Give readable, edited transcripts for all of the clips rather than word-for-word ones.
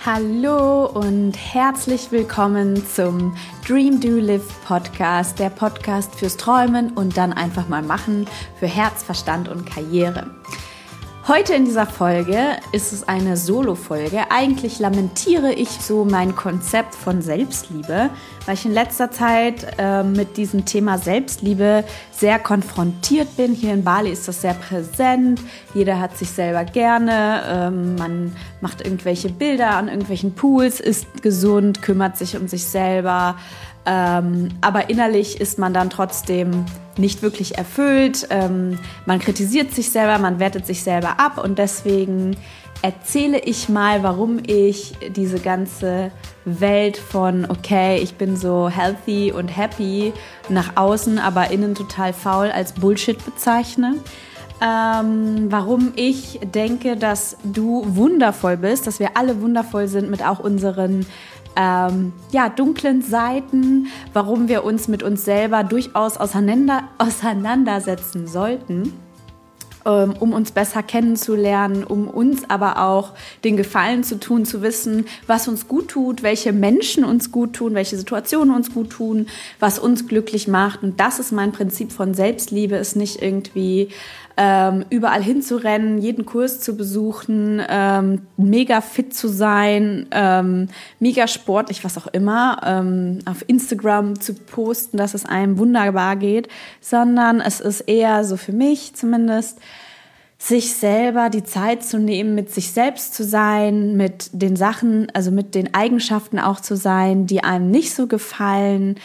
Hallo und herzlich willkommen zum Dream Do Live Podcast, der Podcast fürs Träumen und dann einfach mal machen für Herz, Verstand und Karriere. Heute in dieser Folge ist es eine Solo-Folge. Eigentlich lamentiere ich so mein Konzept von Selbstliebe, weil ich in letzter Zeit mit diesem Thema Selbstliebe sehr konfrontiert bin. Hier in Bali ist das sehr präsent. Jeder hat sich selber gerne. Man macht irgendwelche Bilder an irgendwelchen Pools, isst gesund, kümmert sich um sich selber. Aber innerlich ist man dann trotzdem nicht wirklich erfüllt. Man kritisiert sich selber, man wertet sich selber ab und deswegen erzähle ich mal, warum ich diese ganze Welt von okay, ich bin so healthy und happy nach außen, aber innen total faul als Bullshit bezeichne. Warum ich denke, dass du wundervoll bist, dass wir alle wundervoll sind mit auch unseren dunklen Seiten, warum wir uns mit uns selber durchaus auseinandersetzen sollten, um uns besser kennenzulernen, um uns aber auch den Gefallen zu tun, zu wissen, was uns gut tut, welche Menschen uns gut tun, welche Situationen uns gut tun, was uns glücklich macht. Und das ist mein Prinzip von Selbstliebe, ist nicht irgendwie überall hinzurennen, jeden Kurs zu besuchen, mega fit zu sein, mega sportlich, was auch immer, auf Instagram zu posten, dass es einem wunderbar geht, sondern es ist eher so für mich zumindest, sich selber die Zeit zu nehmen, mit sich selbst zu sein, mit den Sachen, also mit den Eigenschaften auch zu sein, die einem nicht so gefallen,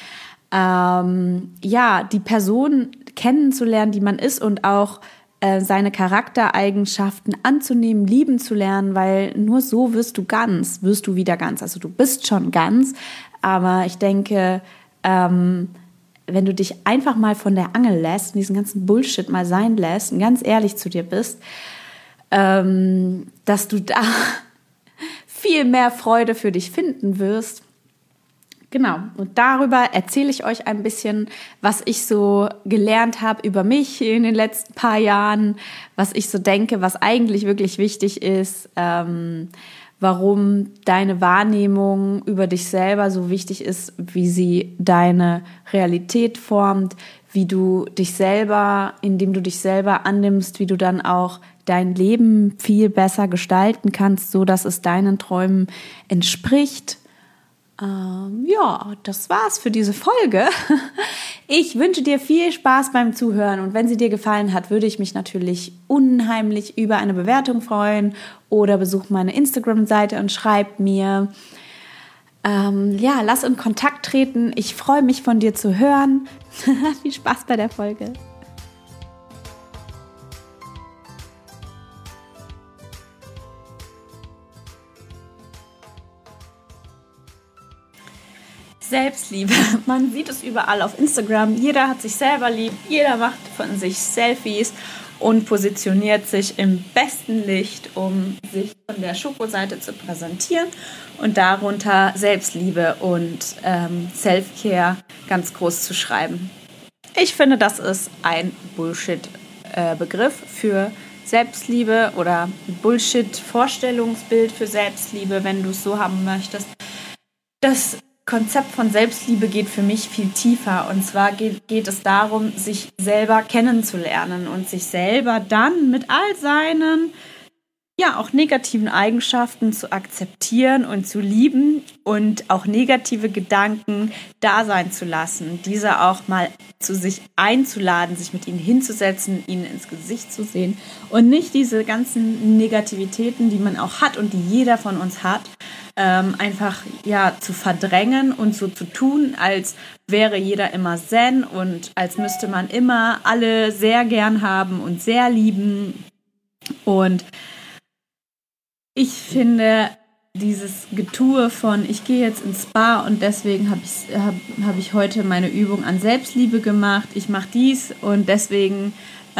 die Person kennenzulernen, die man ist und auch seine Charaktereigenschaften anzunehmen, lieben zu lernen, weil nur so wirst du wieder ganz. Also du bist schon ganz, aber ich denke, wenn du dich einfach mal von der Angel lässt und diesen ganzen Bullshit mal sein lässt und ganz ehrlich zu dir bist, dass du da viel mehr Freude für dich finden wirst. Genau, und darüber erzähle ich euch ein bisschen, was ich so gelernt habe über mich in den letzten paar Jahren, was ich so denke, was eigentlich wirklich wichtig ist, warum deine Wahrnehmung über dich selber so wichtig ist, wie sie deine Realität formt, wie du dich selber, indem du dich selber annimmst, wie du dann auch dein Leben viel besser gestalten kannst, so dass es deinen Träumen entspricht. Das war's für diese Folge. Ich wünsche dir viel Spaß beim Zuhören und wenn sie dir gefallen hat, würde ich mich natürlich unheimlich über eine Bewertung freuen oder besuch meine Instagram-Seite und schreib mir. Lass in Kontakt treten. Ich freue mich, von dir zu hören. Viel Spaß bei der Folge. Selbstliebe. Man sieht es überall auf Instagram. Jeder hat sich selber lieb. Jeder macht von sich Selfies und positioniert sich im besten Licht, um sich von der Schokoseite zu präsentieren und darunter Selbstliebe und Self-Care ganz groß zu schreiben. Ich finde, das ist ein Bullshit-Begriff für Selbstliebe oder Bullshit-Vorstellungsbild für Selbstliebe, wenn du es so haben möchtest. Das Konzept von Selbstliebe geht für mich viel tiefer und zwar geht es darum, sich selber kennenzulernen und sich selber dann mit all seinen auch negativen Eigenschaften zu akzeptieren und zu lieben und auch negative Gedanken da sein zu lassen, diese auch mal zu sich einzuladen, sich mit ihnen hinzusetzen, ihnen ins Gesicht zu sehen und nicht diese ganzen Negativitäten, die man auch hat und die jeder von uns hat, einfach zu verdrängen und so zu tun, als wäre jeder immer Zen und als müsste man immer alle sehr gern haben und sehr lieben. Und ich finde dieses Getue von ich gehe jetzt ins Spa und deswegen hab ich heute meine Übung an Selbstliebe gemacht, ich mache dies und deswegen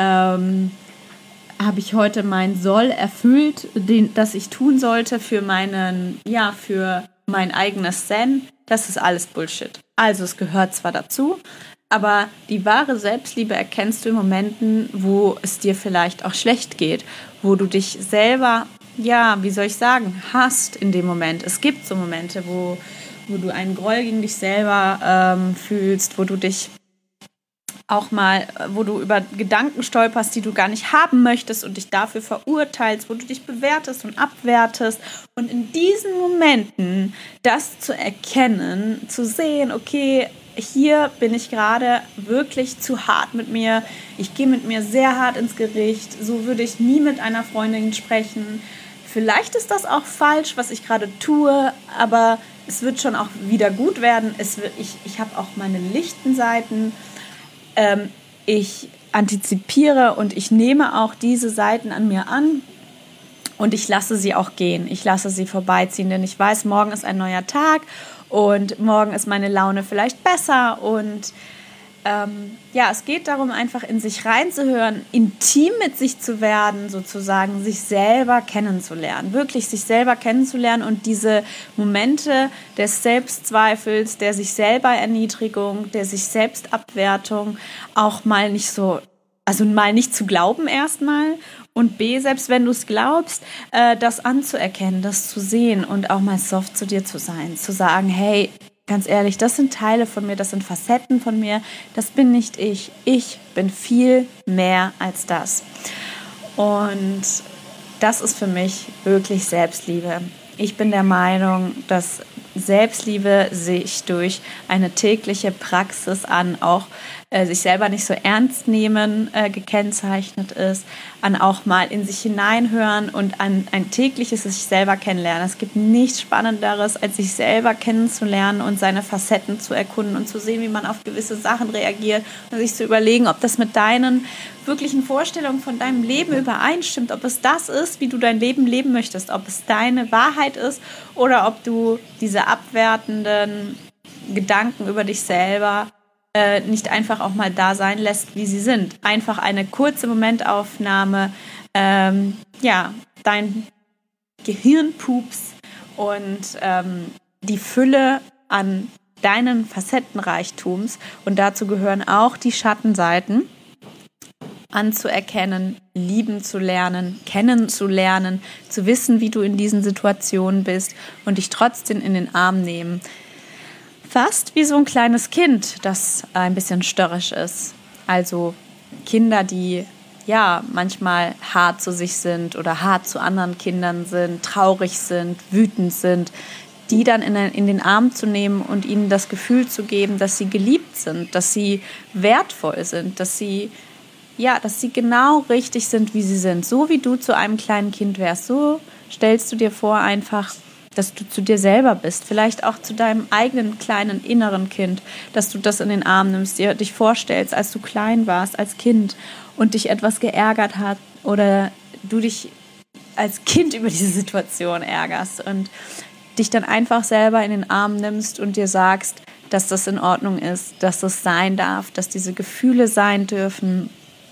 habe ich heute mein Soll erfüllt, das ich tun sollte für mein eigenes Zen. Das ist alles Bullshit. Also es gehört zwar dazu, aber die wahre Selbstliebe erkennst du in Momenten, wo es dir vielleicht auch schlecht geht, wo du dich selber wie soll ich sagen, hast in dem Moment. Es gibt so Momente, wo du einen Groll gegen dich selber fühlst, wo du dich auch mal, wo du über Gedanken stolperst, die du gar nicht haben möchtest und dich dafür verurteilst, wo du dich bewertest und abwertest. Und in diesen Momenten das zu erkennen, zu sehen, okay, hier bin ich gerade wirklich zu hart mit mir. Ich gehe mit mir sehr hart ins Gericht. So würde ich nie mit einer Freundin sprechen. Vielleicht ist das auch falsch, was ich gerade tue, aber es wird schon auch wieder gut werden. Ich habe auch meine lichten Seiten. Ich antizipiere und ich nehme auch diese Seiten an mir an und ich lasse sie auch gehen. Ich lasse sie vorbeiziehen, denn ich weiß, morgen ist ein neuer Tag und morgen ist meine Laune vielleicht besser und es geht darum, einfach in sich reinzuhören, intim mit sich zu werden, sozusagen, sich selber kennenzulernen, wirklich sich selber kennenzulernen und diese Momente des Selbstzweifels, der sich selber Erniedrigung, der sich Selbstabwertung auch mal nicht zu glauben erstmal und B, selbst wenn du es glaubst, das anzuerkennen, das zu sehen und auch mal soft zu dir zu sein, zu sagen, hey, ganz ehrlich, das sind Teile von mir, das sind Facetten von mir, das bin nicht ich. Ich bin viel mehr als das. Und das ist für mich wirklich Selbstliebe. Ich bin der Meinung, dass Selbstliebe sich durch eine tägliche Praxis an auch sich selber nicht so ernst nehmen gekennzeichnet ist, an auch mal in sich hineinhören und an ein tägliches sich selber kennenlernen. Es gibt nichts Spannenderes, als sich selber kennenzulernen und seine Facetten zu erkunden und zu sehen, wie man auf gewisse Sachen reagiert und sich zu überlegen, ob das mit deinen wirklichen Vorstellungen von deinem Leben übereinstimmt, ob es das ist, wie du dein Leben leben möchtest, ob es deine Wahrheit ist oder ob du diese abwertenden Gedanken über dich selber nicht einfach auch mal da sein lässt, wie sie sind. Einfach eine kurze Momentaufnahme, dein Gehirnpups und die Fülle an deinen Facettenreichtums und dazu gehören auch die Schattenseiten, anzuerkennen, lieben zu lernen, kennenzulernen, zu wissen, wie du in diesen Situationen bist und dich trotzdem in den Arm nehmen. Fast wie so ein kleines Kind, das ein bisschen störrisch ist. Also Kinder, die manchmal hart zu sich sind oder hart zu anderen Kindern sind, traurig sind, wütend sind, die dann in den Arm zu nehmen und ihnen das Gefühl zu geben, dass sie geliebt sind, dass sie wertvoll sind, dass sie genau richtig sind, wie sie sind. So wie du zu einem kleinen Kind wärst, so stellst du dir vor einfach, dass du zu dir selber bist, vielleicht auch zu deinem eigenen kleinen inneren Kind, dass du das in den Arm nimmst, dir dich vorstellst, als du klein warst, als Kind und dich etwas geärgert hat oder du dich als Kind über diese Situation ärgerst und dich dann einfach selber in den Arm nimmst und dir sagst, dass das in Ordnung ist, dass das sein darf, dass diese Gefühle sein dürfen,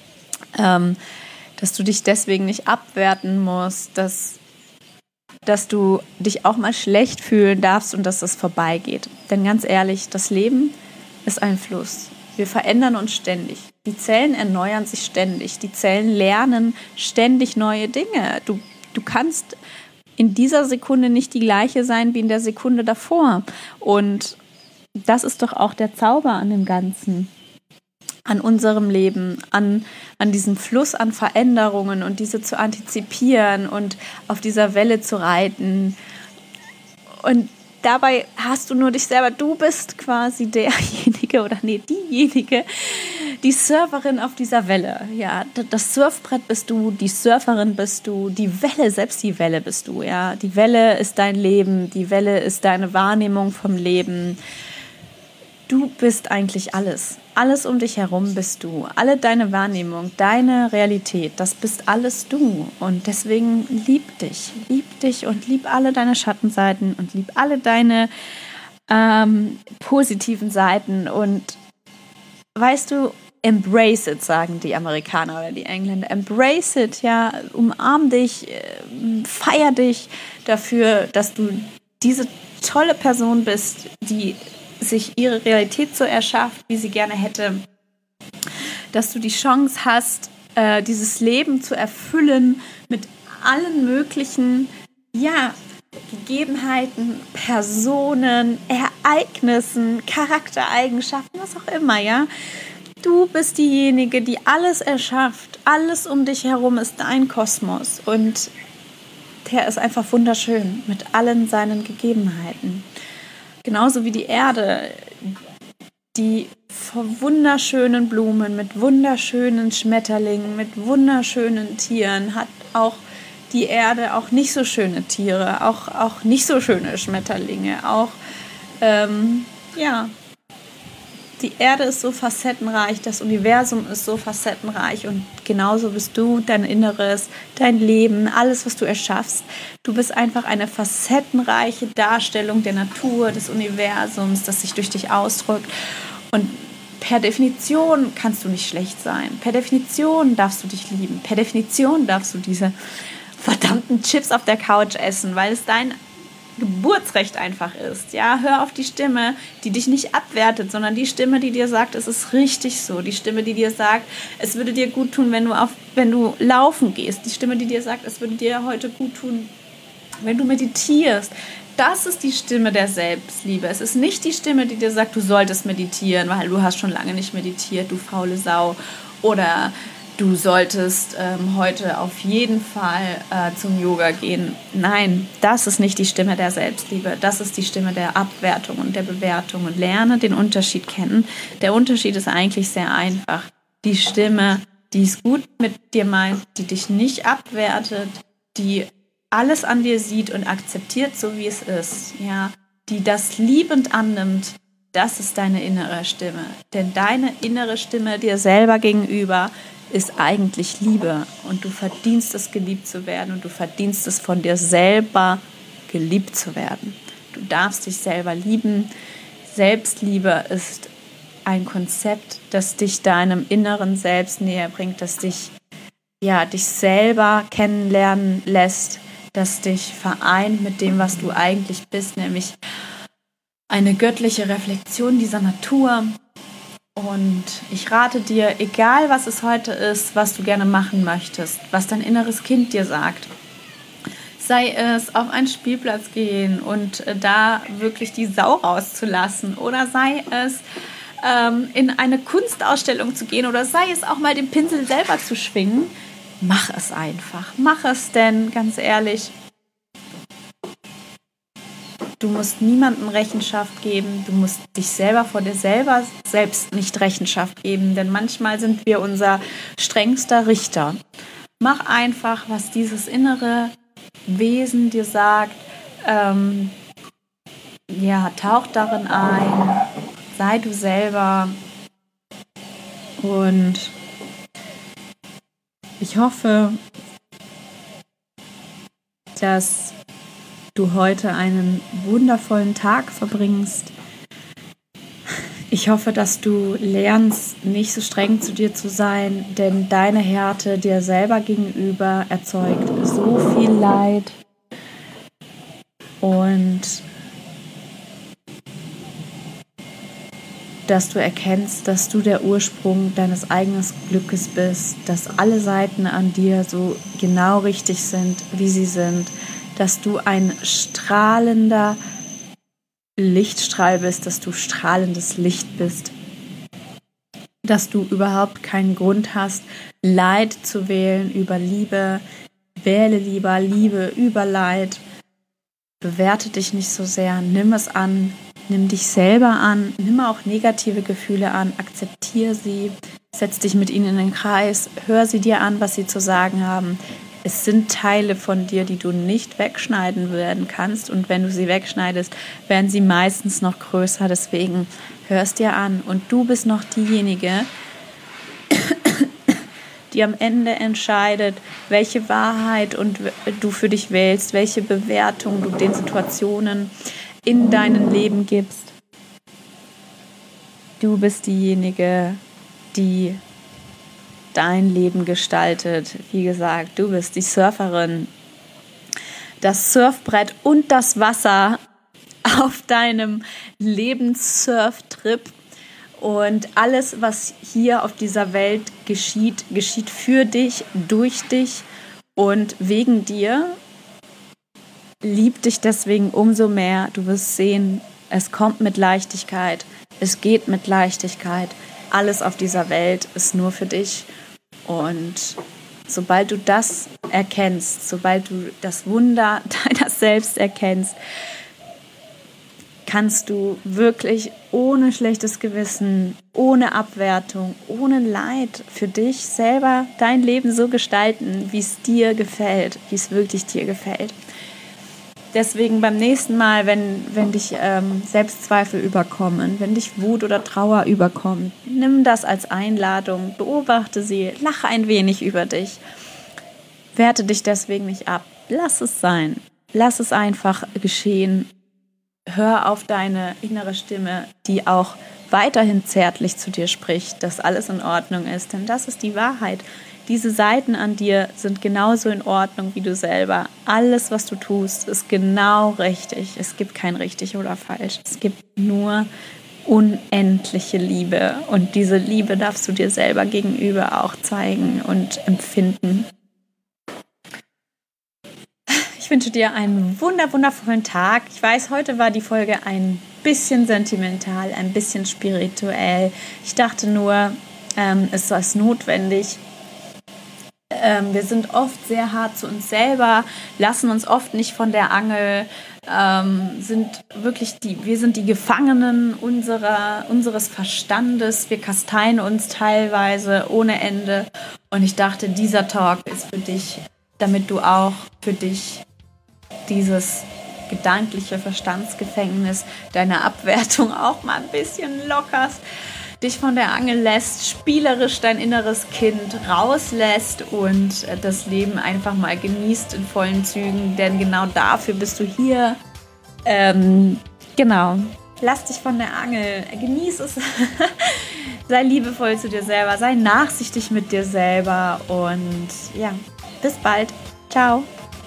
dass du dich deswegen nicht abwerten musst, dass du dich auch mal schlecht fühlen darfst und dass es vorbeigeht. Denn ganz ehrlich, das Leben ist ein Fluss. Wir verändern uns ständig. Die Zellen erneuern sich ständig. Die Zellen lernen ständig neue Dinge. Du kannst in dieser Sekunde nicht die gleiche sein wie in der Sekunde davor. Und das ist doch auch der Zauber an dem Ganzen. An unserem Leben, an diesem Fluss an Veränderungen und diese zu antizipieren und auf dieser Welle zu reiten. Und dabei hast du nur dich selber. Du bist quasi diejenige, die Surferin auf dieser Welle. Ja, das Surfbrett bist du, die Surferin bist du, die Welle, selbst die Welle bist du. Ja, die Welle ist dein Leben, die Welle ist deine Wahrnehmung vom Leben. Du bist eigentlich alles. Alles um dich herum bist du. Alle deine Wahrnehmung, deine Realität, das bist alles du. Und deswegen lieb dich und lieb alle deine Schattenseiten und lieb alle deine positiven Seiten. Und weißt du, embrace it, sagen die Amerikaner oder die Engländer. Embrace it, ja, umarm dich, feier dich dafür, dass du diese tolle Person bist, die sich ihre Realität so erschafft, wie sie gerne hätte, dass du die Chance hast, dieses Leben zu erfüllen mit allen möglichen, Gegebenheiten, Personen, Ereignissen, Charaktereigenschaften, was auch immer, ja. Du bist diejenige, die alles erschafft. Alles um dich herum ist dein Kosmos und der ist einfach wunderschön mit allen seinen Gegebenheiten. Genauso wie die Erde, die vor wunderschönen Blumen, mit wunderschönen Schmetterlingen, mit wunderschönen Tieren hat auch die Erde auch nicht so schöne Tiere, auch nicht so schöne Schmetterlinge, die Erde ist so facettenreich, das Universum ist so facettenreich und genauso bist du, dein Inneres, dein Leben, alles, was du erschaffst. Du bist einfach eine facettenreiche Darstellung der Natur, des Universums, das sich durch dich ausdrückt. Und per Definition kannst du nicht schlecht sein. Per Definition darfst du dich lieben. Per Definition darfst du diese verdammten Chips auf der Couch essen, weil es dein Geburtsrecht einfach ist. Ja, hör auf die Stimme, die dich nicht abwertet, sondern die Stimme, die dir sagt, es ist richtig so. Die Stimme, die dir sagt, es würde dir gut tun, wenn du laufen gehst. Die Stimme, die dir sagt, es würde dir heute gut tun, wenn du meditierst. Das ist die Stimme der Selbstliebe. Es ist nicht die Stimme, die dir sagt, du solltest meditieren, weil du hast schon lange nicht meditiert, du faule Sau. Oder du solltest heute auf jeden Fall zum Yoga gehen. Nein, das ist nicht die Stimme der Selbstliebe. Das ist die Stimme der Abwertung und der Bewertung. Und lerne den Unterschied kennen. Der Unterschied ist eigentlich sehr einfach. Die Stimme, die es gut mit dir meint, die dich nicht abwertet, die alles an dir sieht und akzeptiert, so wie es ist, ja, die das liebend annimmt, das ist deine innere Stimme. Denn deine innere Stimme dir selber gegenüber ist eigentlich Liebe und du verdienst es, geliebt zu werden und du verdienst es, von dir selber geliebt zu werden. Du darfst dich selber lieben. Selbstliebe ist ein Konzept, das dich deinem inneren Selbst näher bringt, das dich selber kennenlernen lässt, das dich vereint mit dem, was du eigentlich bist, nämlich eine göttliche Reflexion dieser Natur. Und ich rate dir, egal was es heute ist, was du gerne machen möchtest, was dein inneres Kind dir sagt, sei es auf einen Spielplatz gehen und da wirklich die Sau rauszulassen oder sei es in eine Kunstausstellung zu gehen oder sei es auch mal den Pinsel selber zu schwingen, mach es einfach. Mach es, denn ganz ehrlich, du musst niemandem Rechenschaft geben, du musst dich selber vor dir selbst nicht Rechenschaft geben, denn manchmal sind wir unser strengster Richter. Mach einfach, was dieses innere Wesen dir sagt, tauch darin ein, sei du selber und ich hoffe, dass du heute einen wundervollen Tag verbringst. Ich hoffe, dass du lernst, nicht so streng zu dir zu sein, denn deine Härte dir selber gegenüber erzeugt so viel Leid. Und dass du erkennst, dass du der Ursprung deines eigenen Glückes bist, dass alle Seiten an dir so genau richtig sind, wie sie sind, dass du ein strahlender Lichtstrahl bist, dass du strahlendes Licht bist, dass du überhaupt keinen Grund hast, Leid zu wählen über Liebe. Wähle lieber Liebe über Leid. Bewerte dich nicht so sehr, nimm es an, nimm dich selber an, nimm auch negative Gefühle an, akzeptiere sie, setz dich mit ihnen in den Kreis, hör sie dir an, was sie zu sagen haben. Es sind Teile von dir, die du nicht wegschneiden werden kannst und wenn du sie wegschneidest, werden sie meistens noch größer, deswegen hör es dir an und du bist noch diejenige, die am Ende entscheidet, welche Wahrheit und du für dich wählst, welche Bewertung du den Situationen in deinem Leben gibst. Du bist diejenige, die dein Leben gestaltet. Wie gesagt, du bist die Surferin, das Surfbrett und das Wasser auf deinem Lebenssurftrip. Und alles, was hier auf dieser Welt geschieht, geschieht für dich, durch dich und wegen dir liebt dich deswegen umso mehr. Du wirst sehen, es kommt mit Leichtigkeit, es geht mit Leichtigkeit. Alles auf dieser Welt ist nur für dich. Und sobald du das erkennst, sobald du das Wunder deiner selbst erkennst, kannst du wirklich ohne schlechtes Gewissen, ohne Abwertung, ohne Leid für dich selber dein Leben so gestalten, wie es dir gefällt, wie es wirklich dir gefällt. Deswegen beim nächsten Mal, wenn dich Selbstzweifel überkommen, wenn dich Wut oder Trauer überkommt, nimm das als Einladung, beobachte sie, lache ein wenig über dich, werte dich deswegen nicht ab, lass es sein, lass es einfach geschehen, hör auf deine innere Stimme, die auch weiterhin zärtlich zu dir spricht, dass alles in Ordnung ist, denn das ist die Wahrheit. Diese Seiten an dir sind genauso in Ordnung wie du selber. Alles, was du tust, ist genau richtig. Es gibt kein richtig oder falsch. Es gibt nur unendliche Liebe. Und diese Liebe darfst du dir selber gegenüber auch zeigen und empfinden. Ich wünsche dir einen wundervollen Tag. Ich weiß, heute war die Folge ein bisschen sentimental, ein bisschen spirituell. Ich dachte nur, es ist notwendig. Wir sind oft sehr hart zu uns selber, lassen uns oft nicht von der Angel, wir sind die Gefangenen unseres Verstandes, wir kasteien uns teilweise ohne Ende. Und ich dachte, dieser Talk ist für dich, damit du auch für dich dieses gedankliche Verstandsgefängnis deiner Abwertung auch mal ein bisschen lockerst, dich von der Angel lässt, spielerisch dein inneres Kind rauslässt und das Leben einfach mal genießt in vollen Zügen, denn genau dafür bist du hier. Genau, lass dich von der Angel, genieß es, sei liebevoll zu dir selber, sei nachsichtig mit dir selber und ja, bis bald. Ciao.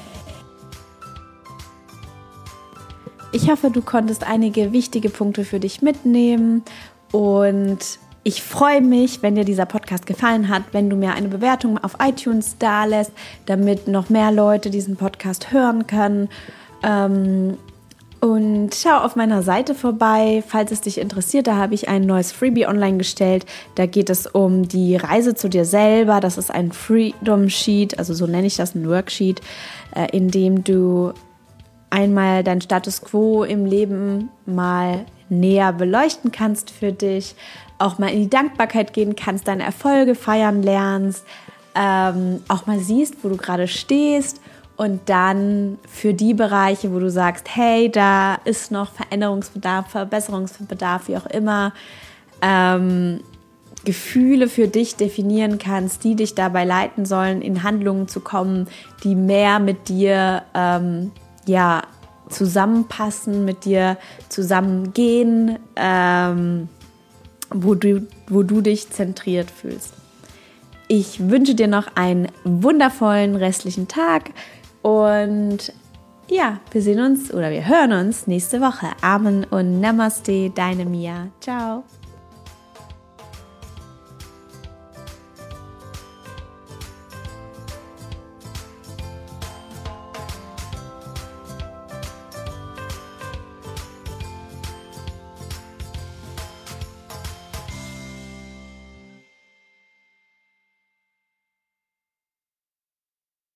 Ich hoffe, du konntest einige wichtige Punkte für dich mitnehmen. Und ich freue mich, wenn dir dieser Podcast gefallen hat, wenn du mir eine Bewertung auf iTunes dalässt, damit noch mehr Leute diesen Podcast hören können. Und schau auf meiner Seite vorbei, falls es dich interessiert. Da habe ich ein neues Freebie online gestellt. Da geht es um die Reise zu dir selber. Das ist ein Freedom Sheet, also so nenne ich das, ein Worksheet, in dem du einmal deinen Status Quo im Leben mal näher beleuchten kannst für dich, auch mal in die Dankbarkeit gehen kannst, deine Erfolge feiern lernst, auch mal siehst, wo du gerade stehst und dann für die Bereiche, wo du sagst, hey, da ist noch Veränderungsbedarf, Verbesserungsbedarf, wie auch immer, Gefühle für dich definieren kannst, die dich dabei leiten sollen, in Handlungen zu kommen, die mehr mit dir zusammenpassen, mit dir zusammengehen, wo du dich zentriert fühlst. Ich wünsche dir noch einen wundervollen restlichen Tag und ja, wir hören uns nächste Woche. Amen und Namaste, deine Mia. Ciao.